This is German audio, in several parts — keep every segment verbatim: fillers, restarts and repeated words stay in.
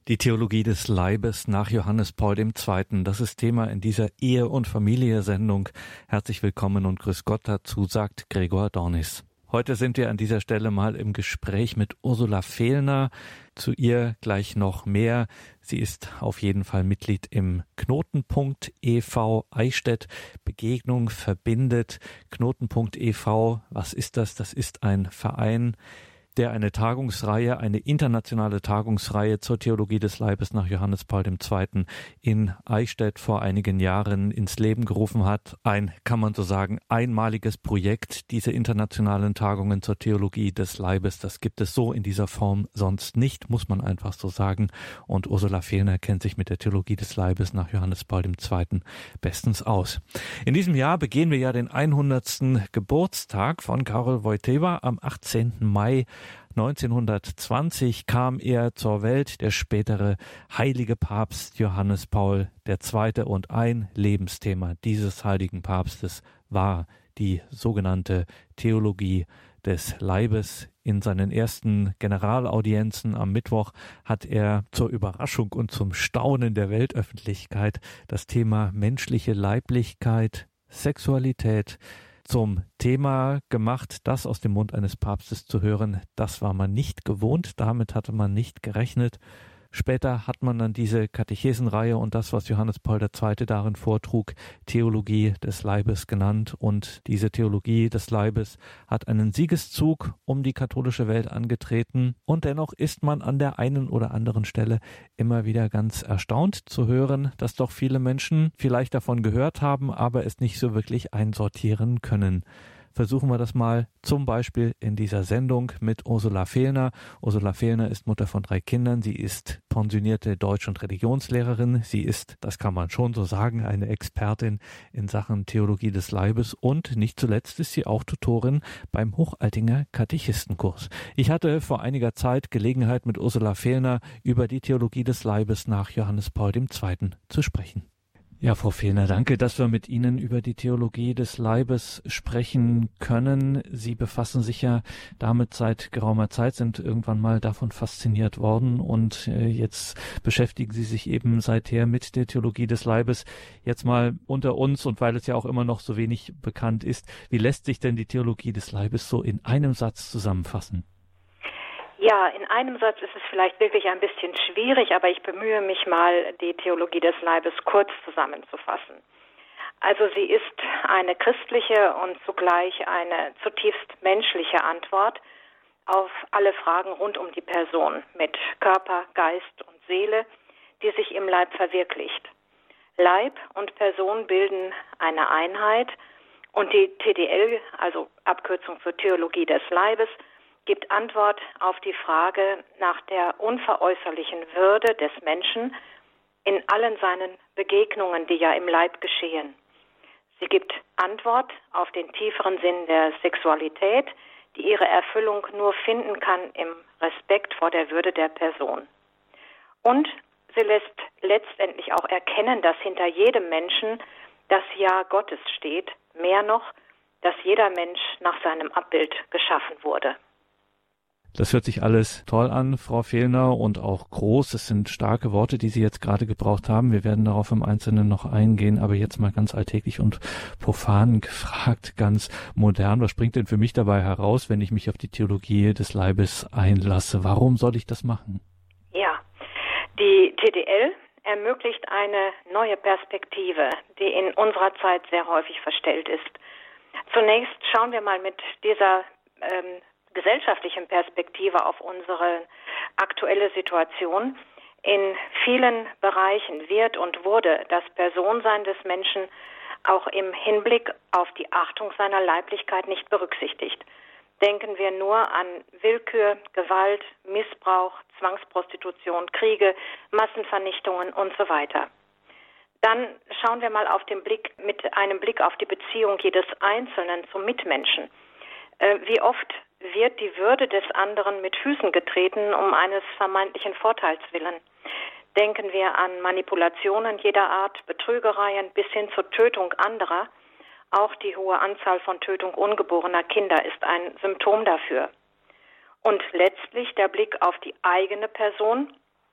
Die Theologie des Leibes nach Johannes Paul der Zweite. Das ist Thema in dieser Ehe- und Familie-Sendung. Herzlich willkommen und grüß Gott dazu, sagt Gregor Dornis. Heute sind wir an dieser Stelle mal im Gespräch mit Ursula Fehlner. Zu ihr gleich noch mehr. Sie ist auf jeden Fall Mitglied im Knotenpunkt e V Eichstätt. Begegnung verbindet. Knotenpunkt e V, was ist das? Das ist ein Verein, der eine Tagungsreihe, eine internationale Tagungsreihe zur Theologie des Leibes nach Johannes Paul der Zweite. in Eichstätt vor einigen Jahren ins Leben gerufen hat. Ein, kann man so sagen, einmaliges Projekt, diese internationalen Tagungen zur Theologie des Leibes. Das gibt es so in dieser Form sonst nicht, muss man einfach so sagen. Und Ursula Fehlner kennt sich mit der Theologie des Leibes nach Johannes Paul der Zweite. bestens aus. In diesem Jahr begehen wir ja den hundertsten Geburtstag von Karol Wojtyła. Am achtzehnten Mai neunzehnhundertzwanzig kam er zur Welt, der spätere heilige Papst Johannes Paul der Zweite. Und ein Lebensthema dieses heiligen Papstes war die sogenannte Theologie des Leibes. In seinen ersten Generalaudienzen am Mittwoch hat er zur Überraschung und zum Staunen der Weltöffentlichkeit das Thema menschliche Leiblichkeit, Sexualität zum Thema gemacht. Das aus dem Mund eines Papstes zu hören, das war man nicht gewohnt, damit hatte man nicht gerechnet. Später hat man dann diese Katechesenreihe und das, was Johannes Paul der Zweite darin vortrug, Theologie des Leibes genannt. Und diese Theologie des Leibes hat einen Siegeszug um die katholische Welt angetreten. Und dennoch ist man an der einen oder anderen Stelle immer wieder ganz erstaunt zu hören, dass doch viele Menschen vielleicht davon gehört haben, aber es nicht so wirklich einsortieren können. Versuchen wir das mal zum Beispiel in dieser Sendung mit Ursula Fehlner. Ursula Fehlner ist Mutter von drei Kindern. Sie ist pensionierte Deutsch- und Religionslehrerin. Sie ist, das kann man schon so sagen, eine Expertin in Sachen Theologie des Leibes. Und nicht zuletzt ist sie auch Tutorin beim Hochaltinger Katechistenkurs. Ich hatte vor einiger Zeit Gelegenheit, mit Ursula Fehlner über die Theologie des Leibes nach Johannes Paul der Zweite. zu sprechen. Ja, Frau Fehlner, danke, dass wir mit Ihnen über die Theologie des Leibes sprechen können. Sie befassen sich ja damit seit geraumer Zeit, sind irgendwann mal davon fasziniert worden und äh, jetzt beschäftigen Sie sich eben seither mit der Theologie des Leibes. Jetzt mal unter uns und weil es ja auch immer noch so wenig bekannt ist, wie lässt sich denn die Theologie des Leibes so in einem Satz zusammenfassen? Ja, in einem Satz ist es vielleicht wirklich ein bisschen schwierig, aber ich bemühe mich mal, die Theologie des Leibes kurz zusammenzufassen. Also sie ist eine christliche und zugleich eine zutiefst menschliche Antwort auf alle Fragen rund um die Person mit Körper, Geist und Seele, die sich im Leib verwirklicht. Leib und Person bilden eine Einheit und die T D L, also Abkürzung für Theologie des Leibes, gibt Antwort auf die Frage nach der unveräußerlichen Würde des Menschen in allen seinen Begegnungen, die ja im Leib geschehen. Sie gibt Antwort auf den tieferen Sinn der Sexualität, die ihre Erfüllung nur finden kann im Respekt vor der Würde der Person. Und sie lässt letztendlich auch erkennen, dass hinter jedem Menschen das Ja Gottes steht, mehr noch, dass jeder Mensch nach seinem Abbild geschaffen wurde. Das hört sich alles toll an, Frau Fehlner, und auch groß. Es sind starke Worte, die Sie jetzt gerade gebraucht haben. Wir werden darauf im Einzelnen noch eingehen, aber jetzt mal ganz alltäglich und profan gefragt, ganz modern. Was springt denn für mich dabei heraus, wenn ich mich auf die Theologie des Leibes einlasse? Warum soll ich das machen? Ja, die T D L ermöglicht eine neue Perspektive, die in unserer Zeit sehr häufig verstellt ist. Zunächst schauen wir mal mit dieser ähm, gesellschaftlichen Perspektive auf unsere aktuelle Situation. In vielen Bereichen wird und wurde das Personsein des Menschen auch im Hinblick auf die Achtung seiner Leiblichkeit nicht berücksichtigt. Denken wir nur an Willkür, Gewalt, Missbrauch, Zwangsprostitution, Kriege, Massenvernichtungen und so weiter. Dann schauen wir mal auf den Blick mit einem Blick auf die Beziehung jedes Einzelnen zum Mitmenschen. Äh, wie oft wird die Würde des anderen mit Füßen getreten, um eines vermeintlichen Vorteils willen. Denken wir an Manipulationen jeder Art, Betrügereien bis hin zur Tötung anderer. Auch die hohe Anzahl von Tötung ungeborener Kinder ist ein Symptom dafür. Und letztlich der Blick auf die eigene Person.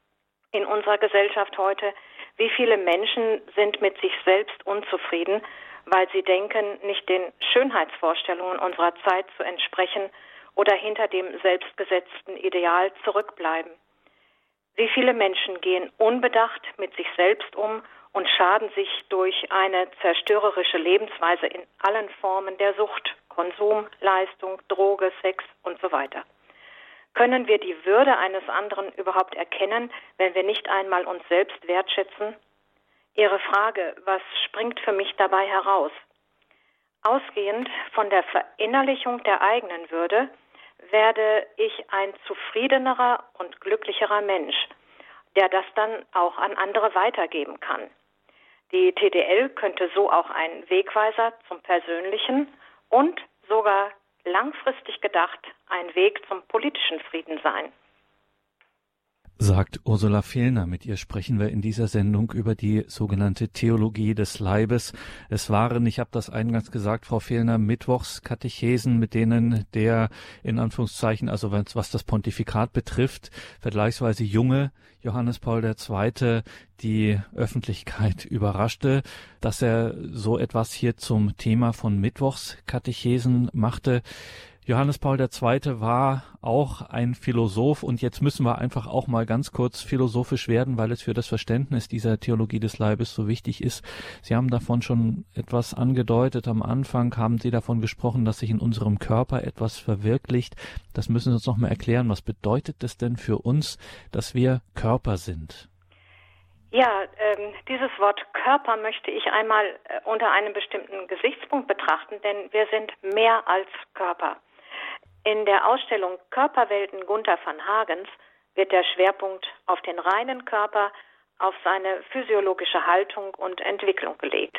in unserer Gesellschaft heute, wie viele Menschen sind mit sich selbst unzufrieden, weil sie denken, nicht den Schönheitsvorstellungen unserer Zeit zu entsprechen oder hinter dem selbstgesetzten Ideal zurückbleiben. Wie viele Menschen gehen unbedacht mit sich selbst um und schaden sich durch eine zerstörerische Lebensweise in allen Formen der Sucht, Konsum, Leistung, Droge, Sex und so weiter. Können wir die Würde eines anderen überhaupt erkennen, wenn wir nicht einmal uns selbst wertschätzen? Ihre Frage, was springt für mich dabei heraus? Ausgehend von der Verinnerlichung der eigenen Würde werde ich ein zufriedenerer und glücklicherer Mensch, der das dann auch an andere weitergeben kann. Die T D L könnte so auch ein Wegweiser zum persönlichen und sogar langfristig gedacht ein Weg zum politischen Frieden sein. Sagt Ursula Fehlner. Mit ihr sprechen wir in dieser Sendung über die sogenannte Theologie des Leibes. Es waren, ich habe das eingangs gesagt, Frau Fehlner, Mittwochskatechesen, mit denen der, in Anführungszeichen, also was das Pontifikat betrifft, vergleichsweise junge Johannes Paul der Zweite die Öffentlichkeit überraschte, dass er so etwas hier zum Thema von Mittwochskatechesen machte. Johannes Paul der Zweite war auch ein Philosoph und jetzt müssen wir einfach auch mal ganz kurz philosophisch werden, weil es für das Verständnis dieser Theologie des Leibes so wichtig ist. Sie haben davon schon etwas angedeutet. Am Anfang haben Sie davon gesprochen, dass sich in unserem Körper etwas verwirklicht. Das müssen Sie uns noch mal erklären. Was bedeutet es denn für uns, dass wir Körper sind? Ja, ähm, dieses Wort Körper möchte ich einmal äh, unter einem bestimmten Gesichtspunkt betrachten, denn wir sind mehr als Körper. In der Ausstellung Körperwelten Gunther van Hagens wird der Schwerpunkt auf den reinen Körper, auf seine physiologische Haltung und Entwicklung gelegt.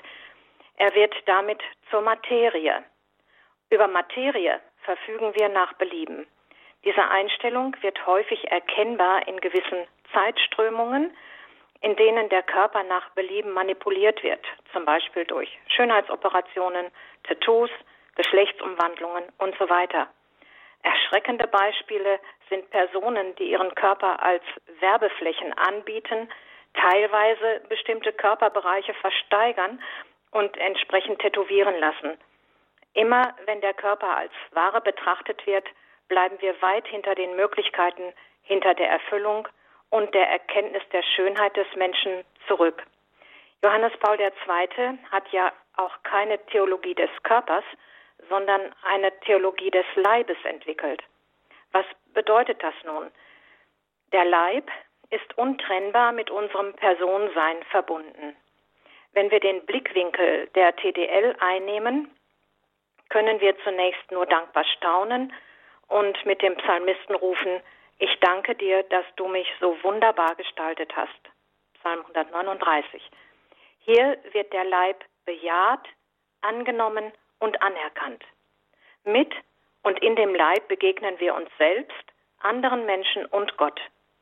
Er wird damit zur Materie. Über Materie verfügen wir nach Belieben. Diese Einstellung wird häufig erkennbar in gewissen Zeitströmungen, in denen der Körper nach Belieben manipuliert wird, zum Beispiel durch Schönheitsoperationen, Tattoos, Geschlechtsumwandlungen und so weiter. Erschreckende Beispiele sind Personen, die ihren Körper als Werbeflächen anbieten, teilweise bestimmte Körperbereiche versteigern und entsprechend tätowieren lassen. Immer wenn der Körper als Ware betrachtet wird, bleiben wir weit hinter den Möglichkeiten, hinter der Erfüllung und der Erkenntnis der Schönheit des Menschen zurück. Johannes Paul der Zweite hat ja auch keine Theologie des Körpers, sondern eine Theologie des Leibes entwickelt. Was bedeutet das nun? Der Leib ist untrennbar mit unserem Personensein verbunden. Wenn wir den Blickwinkel der T D L einnehmen, können wir zunächst nur dankbar staunen und mit dem Psalmisten rufen: Ich danke dir, dass du mich so wunderbar gestaltet hast. Psalm hundertneununddreißig. Hier wird der Leib bejaht, angenommen und anerkannt. Mit und in dem Leib begegnen wir uns selbst, anderen Menschen und Gott.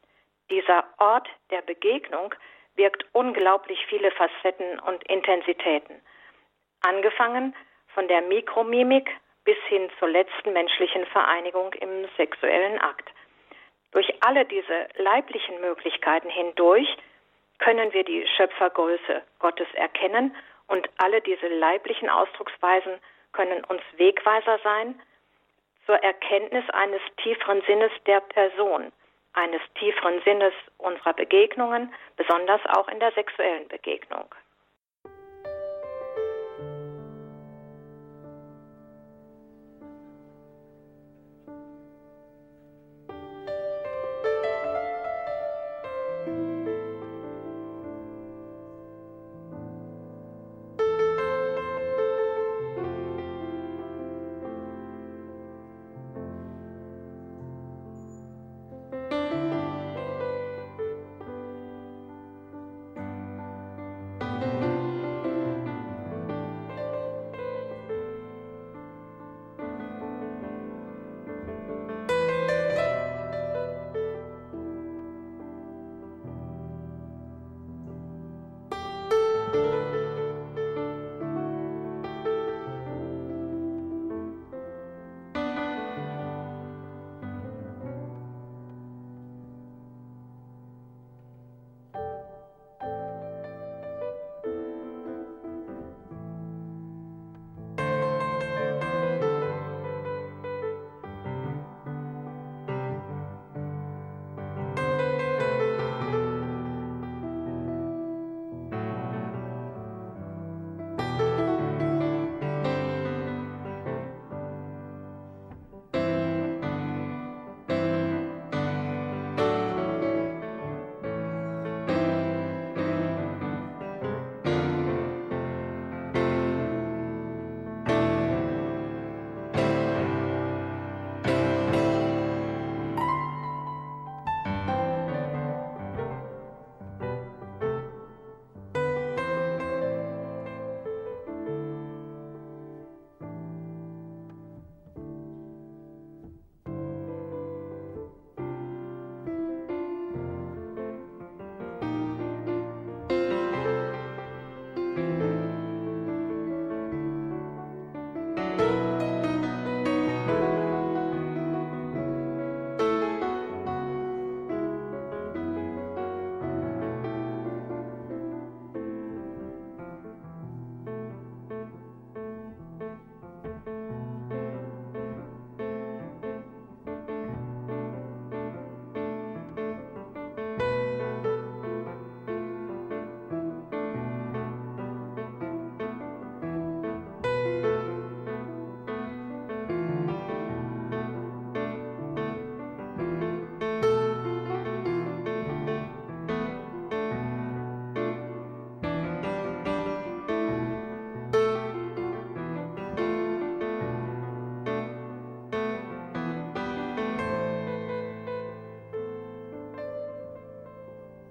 Dieser Ort der Begegnung birgt unglaublich viele Facetten und Intensitäten. Angefangen von der Mikromimik bis hin zur letzten menschlichen Vereinigung im sexuellen Akt. Durch alle diese leiblichen Möglichkeiten hindurch können wir die Schöpfergröße Gottes erkennen und alle diese leiblichen Ausdrucksweisen können uns Wegweiser sein zur Erkenntnis eines tieferen Sinnes der Person, eines tieferen Sinnes unserer Begegnungen, besonders auch in der sexuellen Begegnung.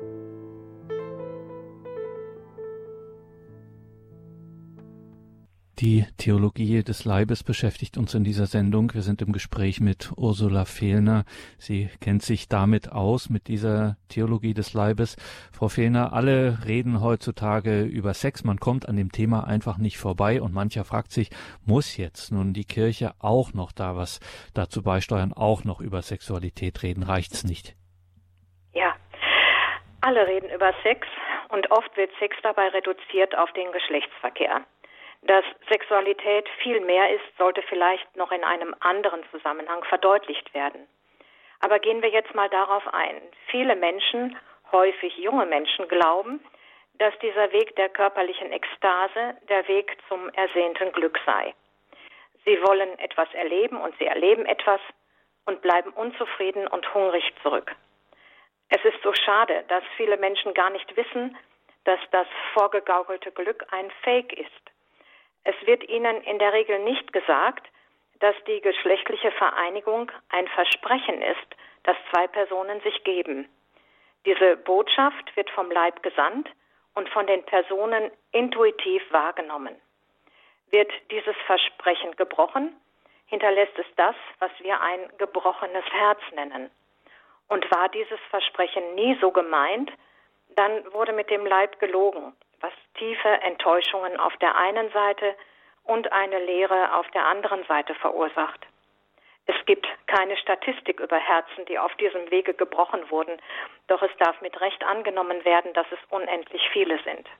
Die Theologie des Leibes beschäftigt uns in dieser Sendung. Wir sind im Gespräch mit Ursula Fehlner. Sie kennt sich damit aus, mit dieser Theologie des Leibes. Frau Fehlner, alle reden heutzutage über Sex. Man kommt an dem Thema einfach nicht vorbei. Und mancher fragt sich, muss jetzt nun die Kirche auch noch da was dazu beisteuern, auch noch über Sexualität reden? Reicht's nicht? Ja, alle reden über Sex und oft wird Sex dabei reduziert auf den Geschlechtsverkehr. Dass Sexualität viel mehr ist, sollte vielleicht noch in einem anderen Zusammenhang verdeutlicht werden. Aber gehen wir jetzt mal darauf ein. Viele Menschen, häufig junge Menschen, glauben, dass dieser Weg der körperlichen Ekstase der Weg zum ersehnten Glück sei. Sie wollen etwas erleben und sie erleben etwas und bleiben unzufrieden und hungrig zurück. Es ist so schade, dass viele Menschen gar nicht wissen, dass das vorgegaukelte Glück ein Fake ist. Es wird ihnen in der Regel nicht gesagt, dass die geschlechtliche Vereinigung ein Versprechen ist, das zwei Personen sich geben. Diese Botschaft wird vom Leib gesandt und von den Personen intuitiv wahrgenommen. Wird dieses Versprechen gebrochen, hinterlässt es das, was wir ein gebrochenes Herz nennen. Und war dieses Versprechen nie so gemeint, dann wurde mit dem Leib gelogen, was tiefe Enttäuschungen auf der einen Seite und eine Leere auf der anderen Seite verursacht. Es gibt keine Statistik über Herzen, die auf diesem Wege gebrochen wurden, doch es darf mit Recht angenommen werden, dass es unendlich viele sind.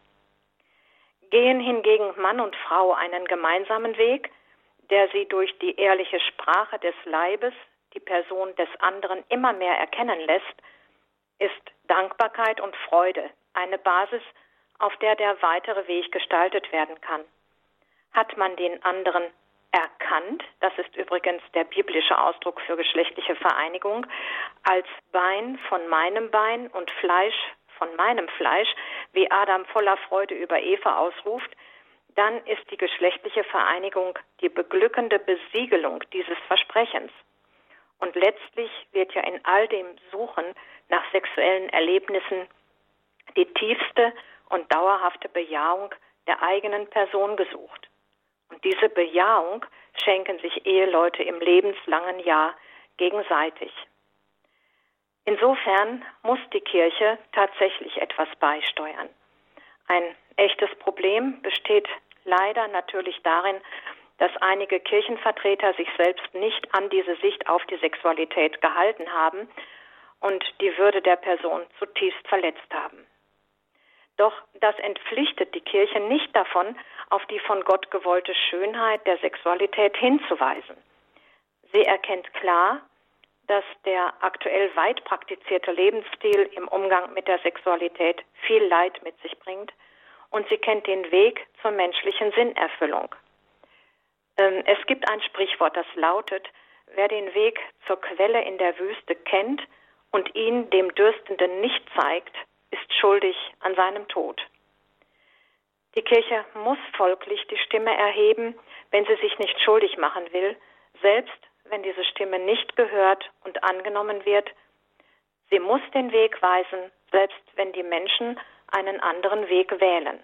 Gehen hingegen Mann und Frau einen gemeinsamen Weg, der sie durch die ehrliche Sprache des Leibes die Person des anderen immer mehr erkennen lässt, ist Dankbarkeit und Freude eine Basis, auf der der weitere Weg gestaltet werden kann. Hat man den anderen erkannt, das ist übrigens der biblische Ausdruck für geschlechtliche Vereinigung, als Bein von meinem Bein und Fleisch von meinem Fleisch, wie Adam voller Freude über Eva ausruft, dann ist die geschlechtliche Vereinigung die beglückende Besiegelung dieses Versprechens. Und letztlich wird ja in all dem Suchen nach sexuellen Erlebnissen die tiefste und dauerhafte Bejahung der eigenen Person gesucht. Und diese Bejahung schenken sich Eheleute im lebenslangen Jahr gegenseitig. Insofern muss die Kirche tatsächlich etwas beisteuern. Ein echtes Problem besteht leider natürlich darin, dass einige Kirchenvertreter sich selbst nicht an diese Sicht auf die Sexualität gehalten haben und die Würde der Person zutiefst verletzt haben. Doch das entpflichtet die Kirche nicht davon, auf die von Gott gewollte Schönheit der Sexualität hinzuweisen. Sie erkennt klar, dass der aktuell weit praktizierte Lebensstil im Umgang mit der Sexualität viel Leid mit sich bringt und sie kennt den Weg zur menschlichen Sinnerfüllung. Ähm, es gibt ein Sprichwort, das lautet, wer den Weg zur Quelle in der Wüste kennt und ihn dem Dürstenden nicht zeigt, ist schuldig an seinem Tod. Die Kirche muss folglich die Stimme erheben, wenn sie sich nicht schuldig machen will, selbst wenn diese Stimme nicht gehört und angenommen wird. Sie muss den Weg weisen, selbst wenn die Menschen einen anderen Weg wählen.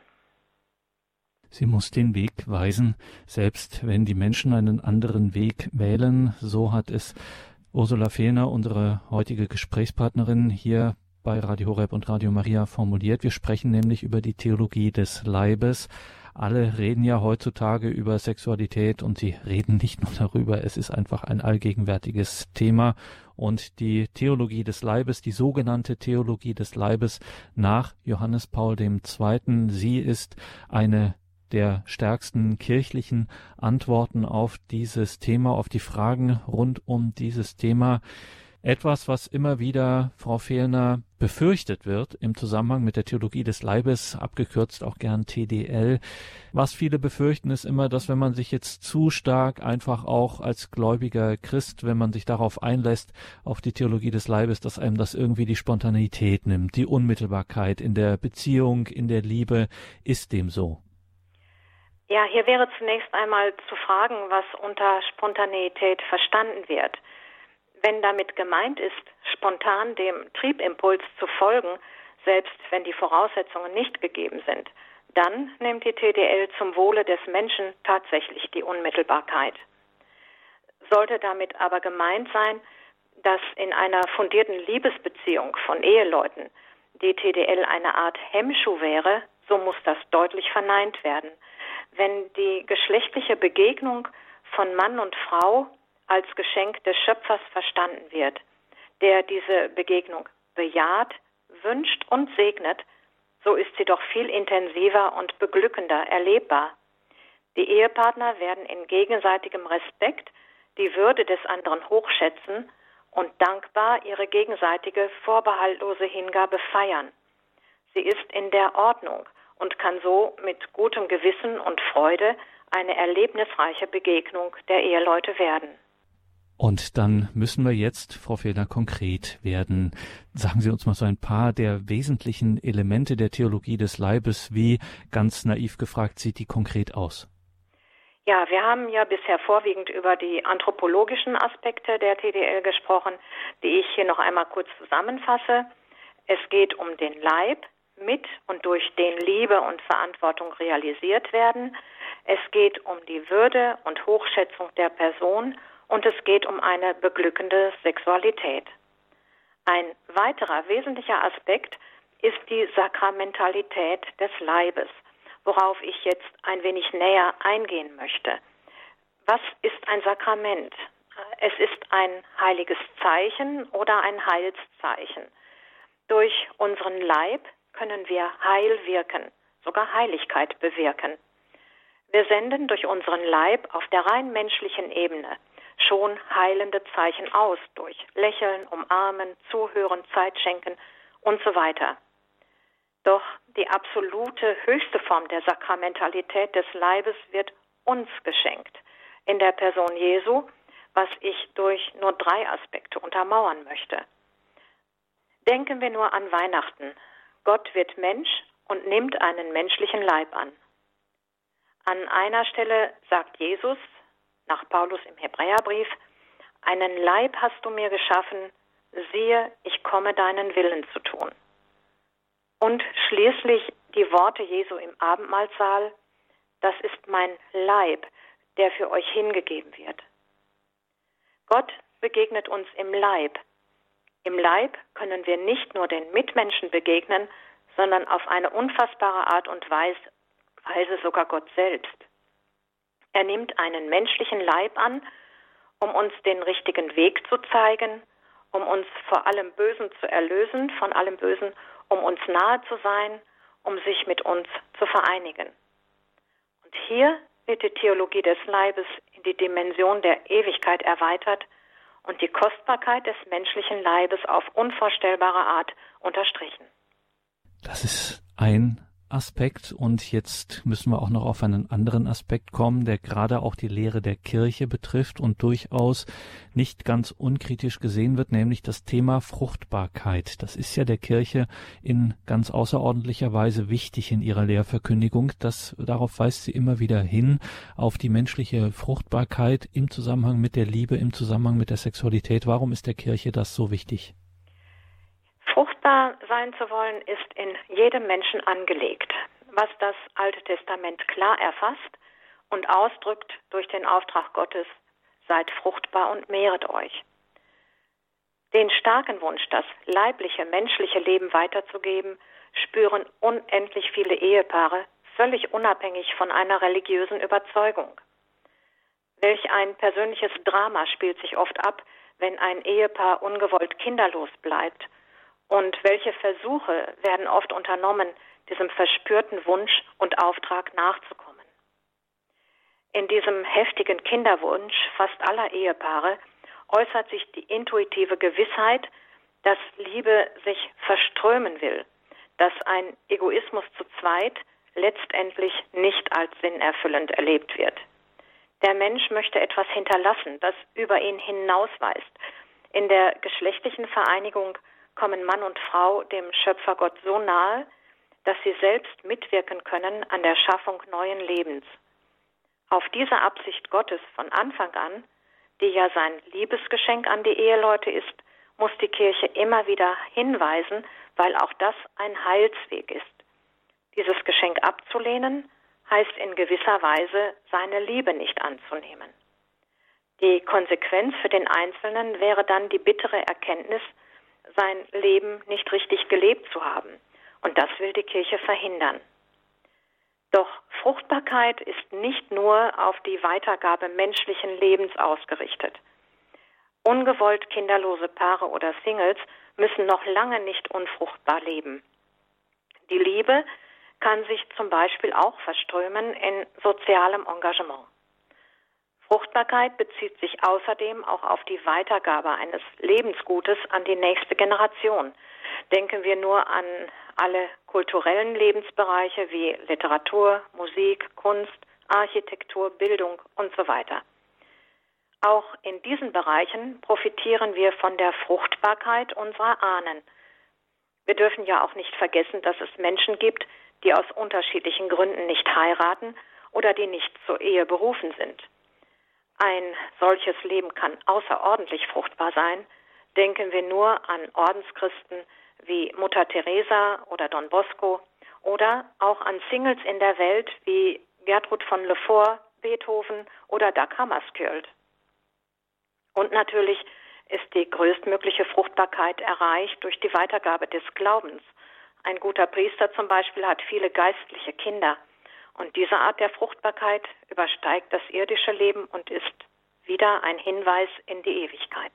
Sie muss den Weg weisen, selbst wenn die Menschen einen anderen Weg wählen. So hat es Ursula Fehlner, unsere heutige Gesprächspartnerin, hier bei Radio Horeb und Radio Maria formuliert. Wir sprechen nämlich über die Theologie des Leibes. Alle reden ja heutzutage über Sexualität und sie reden nicht nur darüber, es ist einfach ein allgegenwärtiges Thema. Und die Theologie des Leibes, die sogenannte Theologie des Leibes nach Johannes Paul der Zweite., sie ist eine der stärksten kirchlichen Antworten auf dieses Thema, auf die Fragen rund um dieses Thema. Etwas, was immer wieder, Frau Fehlner, befürchtet wird im Zusammenhang mit der Theologie des Leibes, abgekürzt auch gern T D L. Was viele befürchten, ist immer, dass wenn man sich jetzt zu stark einfach auch als gläubiger Christ, wenn man sich darauf einlässt, auf die Theologie des Leibes, dass einem das irgendwie die Spontaneität nimmt, die Unmittelbarkeit in der Beziehung, in der Liebe. Ist dem so? Ja, hier wäre zunächst einmal zu fragen, was unter Spontaneität verstanden wird. Wenn damit gemeint ist, spontan dem Triebimpuls zu folgen, Selbst wenn die Voraussetzungen nicht gegeben sind, dann nimmt die T D L zum Wohle des Menschen tatsächlich die Unmittelbarkeit. Sollte damit aber gemeint sein, dass in einer fundierten Liebesbeziehung von Eheleuten die T D L eine Art Hemmschuh wäre, so muss das deutlich verneint werden. Wenn die geschlechtliche Begegnung von Mann und Frau als Geschenk des Schöpfers verstanden wird, der diese Begegnung bejaht, wünscht und segnet, so ist sie doch viel intensiver und beglückender erlebbar. Die Ehepartner werden in gegenseitigem Respekt die Würde des anderen hochschätzen und dankbar ihre gegenseitige vorbehaltlose Hingabe feiern. Sie ist in der Ordnung und kann so mit gutem Gewissen und Freude eine erlebnisreiche Begegnung der Eheleute werden. Und dann müssen wir jetzt, Frau Fehler, konkret werden. Sagen Sie uns mal so ein paar der wesentlichen Elemente der Theologie des Leibes. Wie, ganz naiv gefragt, sieht die konkret aus? Ja, wir haben ja bisher vorwiegend über die anthropologischen Aspekte der T D L gesprochen, die ich hier noch einmal kurz zusammenfasse. Es geht um den Leib, mit und durch den Liebe und Verantwortung realisiert werden. Es geht um die Würde und Hochschätzung der Person und es geht um eine beglückende Sexualität. Ein weiterer wesentlicher Aspekt ist die Sakramentalität des Leibes, worauf ich jetzt ein wenig näher eingehen möchte. Was ist ein Sakrament? Es ist ein heiliges Zeichen oder ein Heilszeichen. Durch unseren Leib können wir Heil wirken, sogar Heiligkeit bewirken. Wir senden durch unseren Leib auf der rein menschlichen Ebene schon heilende Zeichen aus, durch Lächeln, Umarmen, Zuhören, Zeit schenken und so weiter. Doch die absolute höchste Form der Sakramentalität des Leibes wird uns geschenkt, in der Person Jesu, was ich durch nur drei Aspekte untermauern möchte. Denken wir nur an Weihnachten. Gott wird Mensch und nimmt einen menschlichen Leib an. An einer Stelle sagt Jesus, nach Paulus im Hebräerbrief, einen Leib hast du mir geschaffen, siehe, ich komme deinen Willen zu tun. Und schließlich die Worte Jesu im Abendmahlsaal, das ist mein Leib, der für euch hingegeben wird. Gott begegnet uns im Leib. Im Leib können wir nicht nur den Mitmenschen begegnen, sondern auf eine unfassbare Art und Weise, Weise sogar Gott selbst. Er nimmt einen menschlichen Leib an, um uns den richtigen Weg zu zeigen, um uns vor allem Bösen zu erlösen, von allem Bösen, um uns nahe zu sein, um sich mit uns zu vereinigen. Und hier wird die Theologie des Leibes in die Dimension der Ewigkeit erweitert und die Kostbarkeit des menschlichen Leibes auf unvorstellbare Art unterstrichen. Das ist ein Aspekt und jetzt müssen wir auch noch auf einen anderen Aspekt kommen, der gerade auch die Lehre der Kirche betrifft und durchaus nicht ganz unkritisch gesehen wird, nämlich das Thema Fruchtbarkeit. Das ist ja der Kirche in ganz außerordentlicher Weise wichtig in ihrer Lehrverkündigung. Das, darauf weist sie immer wieder hin, auf die menschliche Fruchtbarkeit im Zusammenhang mit der Liebe, im Zusammenhang mit der Sexualität. Warum ist der Kirche das so wichtig? Fruchtbar sein zu wollen, ist in jedem Menschen angelegt, was das Alte Testament klar erfasst und ausdrückt durch den Auftrag Gottes, seid fruchtbar und mehret euch. Den starken Wunsch, das leibliche, menschliche Leben weiterzugeben, spüren unendlich viele Ehepaare, völlig unabhängig von einer religiösen Überzeugung. Welch ein persönliches Drama spielt sich oft ab, wenn ein Ehepaar ungewollt kinderlos bleibt. Und welche Versuche werden oft unternommen, diesem verspürten Wunsch und Auftrag nachzukommen. In diesem heftigen Kinderwunsch fast aller Ehepaare äußert sich die intuitive Gewissheit, dass Liebe sich verströmen will, dass ein Egoismus zu zweit letztendlich nicht als sinnerfüllend erlebt wird. Der Mensch möchte etwas hinterlassen, das über ihn hinausweist. In der geschlechtlichen Vereinigung kommen Mann und Frau dem Schöpfer Gott so nahe, dass sie selbst mitwirken können an der Schaffung neuen Lebens. Auf diese Absicht Gottes von Anfang an, die ja sein Liebesgeschenk an die Eheleute ist muss die Kirche immer wieder hinweisen, weil auch das ein Heilsweg ist. Dieses Geschenk abzulehnen, heißt in gewisser Weise, seine Liebe nicht anzunehmen. Die Konsequenz für den Einzelnen wäre dann die bittere Erkenntnis, sein Leben nicht richtig gelebt zu haben. Und das will die Kirche verhindern. Doch Fruchtbarkeit ist nicht nur auf die Weitergabe menschlichen Lebens ausgerichtet. Ungewollt kinderlose Paare oder Singles müssen noch lange nicht unfruchtbar leben. Die Liebe kann sich zum Beispiel auch verströmen in sozialem Engagement. Fruchtbarkeit bezieht sich außerdem auch auf die Weitergabe eines Lebensgutes an die nächste Generation. Denken wir nur an alle kulturellen Lebensbereiche wie Literatur, Musik, Kunst, Architektur, Bildung und so weiter. Auch in diesen Bereichen profitieren wir von der Fruchtbarkeit unserer Ahnen. Wir dürfen ja auch nicht vergessen, dass es Menschen gibt, die aus unterschiedlichen Gründen nicht heiraten oder die nicht zur Ehe berufen sind. Ein solches Leben kann außerordentlich fruchtbar sein. Denken wir nur an Ordenschristen wie Mutter Teresa oder Don Bosco oder auch an Singles in der Welt wie Gertrud von Lefort, Beethoven oder Dag Hammarskjöld. Und natürlich ist die größtmögliche Fruchtbarkeit erreicht durch die Weitergabe des Glaubens. Ein guter Priester zum Beispiel hat viele geistliche Kinder. Und diese Art der Fruchtbarkeit übersteigt das irdische Leben und ist wieder ein Hinweis in die Ewigkeit.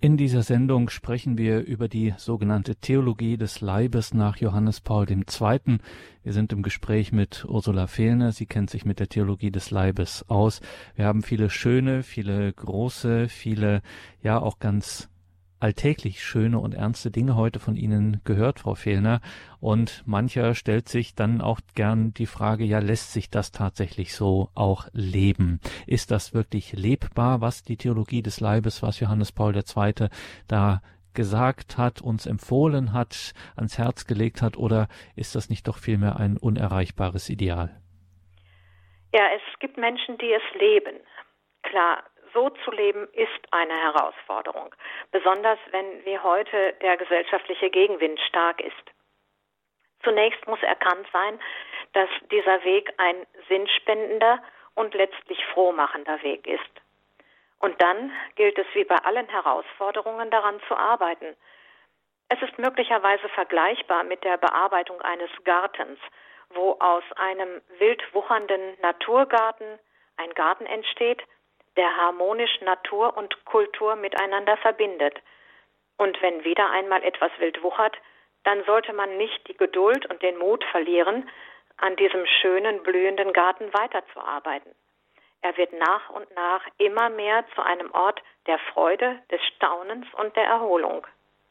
In dieser Sendung sprechen wir über die sogenannte Theologie des Leibes nach Johannes Paul der Zweite. Wir sind im Gespräch mit Ursula Fehlner. Sie kennt sich mit der Theologie des Leibes aus. Wir haben viele schöne, viele große, viele, ja auch ganz alltäglich schöne und ernste Dinge heute von Ihnen gehört, Frau Fehlner. Und mancher stellt sich dann auch gern die Frage, ja, lässt sich das tatsächlich so auch leben? Ist das wirklich lebbar, was die Theologie des Leibes, was Johannes Paul der Zweite da gesagt hat, uns empfohlen hat, ans Herz gelegt hat, oder ist das nicht doch vielmehr ein unerreichbares Ideal? Ja, es gibt Menschen, die es leben. Klar, so zu leben ist eine Herausforderung, besonders wenn wie heute der gesellschaftliche Gegenwind stark ist. Zunächst muss erkannt sein, dass dieser Weg ein sinnspendender und letztlich frohmachender Weg ist. Und dann gilt es wie bei allen Herausforderungen daran zu arbeiten. Es ist möglicherweise vergleichbar mit der Bearbeitung eines Gartens, wo aus einem wild wuchernden Naturgarten ein Garten entsteht, der harmonisch Natur und Kultur miteinander verbindet. Und wenn wieder einmal etwas wild wuchert, dann sollte man nicht die Geduld und den Mut verlieren, an diesem schönen, blühenden Garten weiterzuarbeiten. Er wird nach und nach immer mehr zu einem Ort der Freude, des Staunens und der Erholung.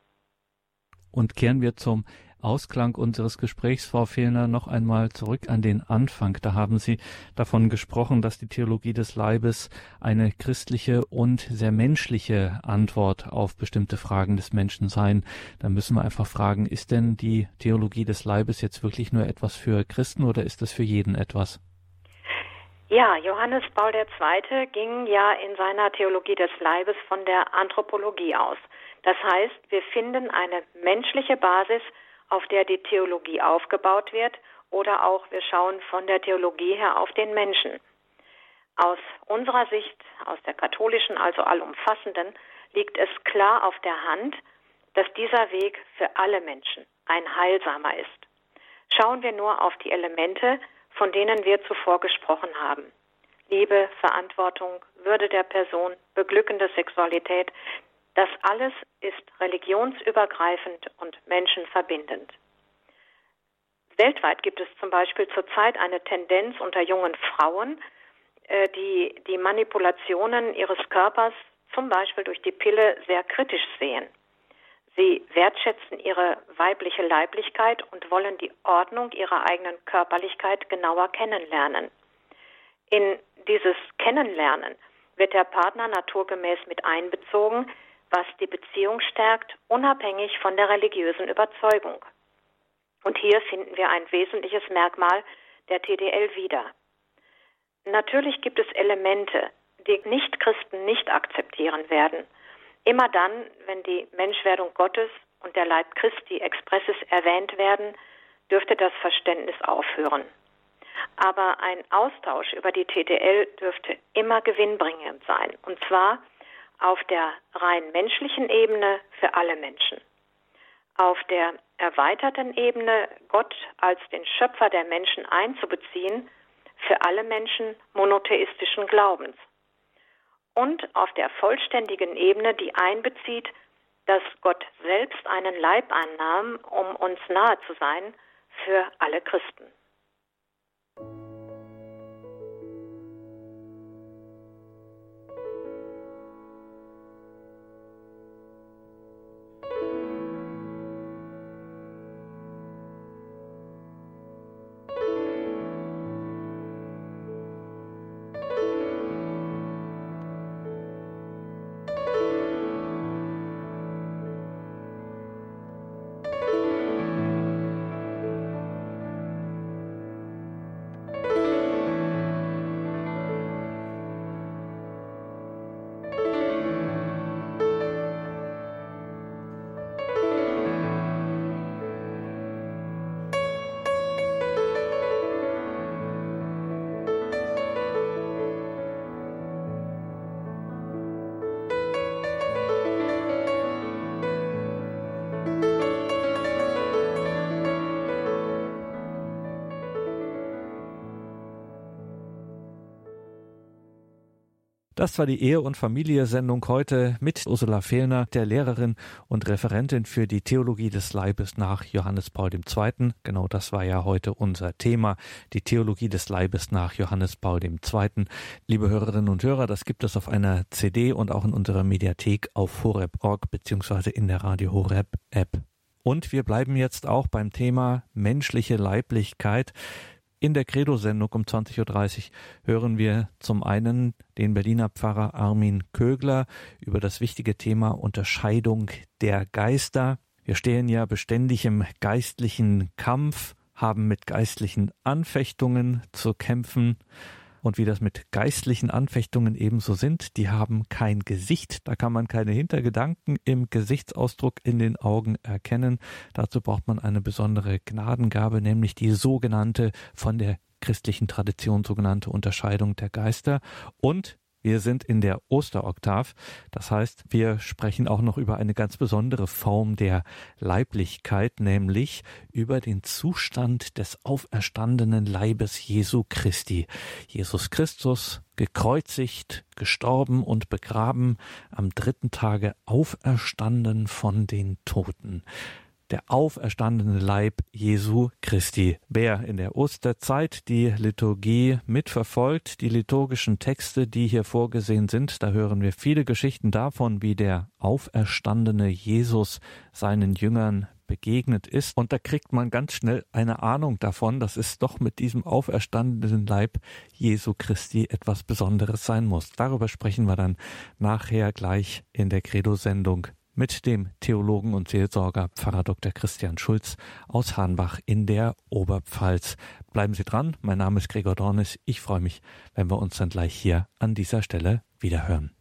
Und kehren wir zum Ausklang unseres Gesprächs, Frau Fehlner, noch einmal zurück an den Anfang. Da haben Sie davon gesprochen, dass die Theologie des Leibes eine christliche und sehr menschliche Antwort auf bestimmte Fragen des Menschen sein. Da müssen wir einfach fragen, ist denn die Theologie des Leibes jetzt wirklich nur etwas für Christen oder ist es für jeden etwas? Ja, Johannes Paul der Zweite ging ja in seiner Theologie des Leibes von der Anthropologie aus. Das heißt, wir finden eine menschliche Basis, auf der die Theologie aufgebaut wird, oder auch wir schauen von der Theologie her auf den Menschen. Aus unserer Sicht, aus der katholischen, also allumfassenden, liegt es klar auf der Hand, dass dieser Weg für alle Menschen ein heilsamer ist. Schauen wir nur auf die Elemente, von denen wir zuvor gesprochen haben. Liebe, Verantwortung, Würde der Person, beglückende Sexualität, das alles ist religionsübergreifend und menschenverbindend. Weltweit gibt es zum Beispiel zurzeit eine Tendenz unter jungen Frauen, die die Manipulationen ihres Körpers zum Beispiel durch die Pille sehr kritisch sehen. Sie wertschätzen ihre weibliche Leiblichkeit und wollen die Ordnung ihrer eigenen Körperlichkeit genauer kennenlernen. In dieses Kennenlernen wird der Partner naturgemäß mit einbezogen, was die Beziehung stärkt, unabhängig von der religiösen Überzeugung. Und hier finden wir ein wesentliches Merkmal der T D L wieder. Natürlich gibt es Elemente, die Nichtchristen nicht akzeptieren werden. Immer dann, wenn die Menschwerdung Gottes und der Leib Christi expressis erwähnt werden, dürfte das Verständnis aufhören. Aber ein Austausch über die T D L dürfte immer gewinnbringend sein, und zwar auf der rein menschlichen Ebene für alle Menschen. Auf der erweiterten Ebene, Gott als den Schöpfer der Menschen einzubeziehen, für alle Menschen monotheistischen Glaubens. Und auf der vollständigen Ebene, die einbezieht, dass Gott selbst einen Leib annahm, um uns nahe zu sein, für alle Christen. Das war die Ehe- und Familie-Sendung heute mit Ursula Fehlner, der Lehrerin und Referentin für die Theologie des Leibes nach Johannes Paul der Zweite. Genau das war ja heute unser Thema, die Theologie des Leibes nach Johannes Paul der Zweite. Liebe Hörerinnen und Hörer, das gibt es auf einer C D und auch in unserer Mediathek auf horeb punkt org beziehungsweise in der Radio Horeb App. Und wir bleiben jetzt auch beim Thema menschliche Leiblichkeit. In der Credo-Sendung um zwanzig Uhr dreißig hören wir zum einen den Berliner Pfarrer Armin Kögler über das wichtige Thema Unterscheidung der Geister. Wir stehen ja beständig im geistlichen Kampf, haben mit geistlichen Anfechtungen zu kämpfen. Und wie das mit geistlichen Anfechtungen ebenso sind, die haben kein Gesicht, da kann man keine Hintergedanken im Gesichtsausdruck in den Augen erkennen. Dazu braucht man eine besondere Gnadengabe, nämlich die sogenannte, von der christlichen Tradition sogenannte Unterscheidung der Geister. Und wir sind in der Osteroktav, das heißt, wir sprechen auch noch über eine ganz besondere Form der Leiblichkeit, nämlich über den Zustand des auferstandenen Leibes Jesu Christi. Jesus Christus, gekreuzigt, gestorben und begraben, am dritten Tage auferstanden von den Toten. Der auferstandene Leib Jesu Christi. Wer in der Osterzeit die Liturgie mitverfolgt, die liturgischen Texte, die hier vorgesehen sind, da hören wir viele Geschichten davon, wie der auferstandene Jesus seinen Jüngern begegnet ist. Und da kriegt man ganz schnell eine Ahnung davon, dass es doch mit diesem auferstandenen Leib Jesu Christi etwas Besonderes sein muss. Darüber sprechen wir dann nachher gleich in der Credo-Sendung mit dem Theologen und Seelsorger Pfarrer Doktor Christian Schulz aus Hahnbach in der Oberpfalz. Bleiben Sie dran, mein Name ist Gregor Dornis. Ich freue mich, wenn wir uns dann gleich hier an dieser Stelle wiederhören.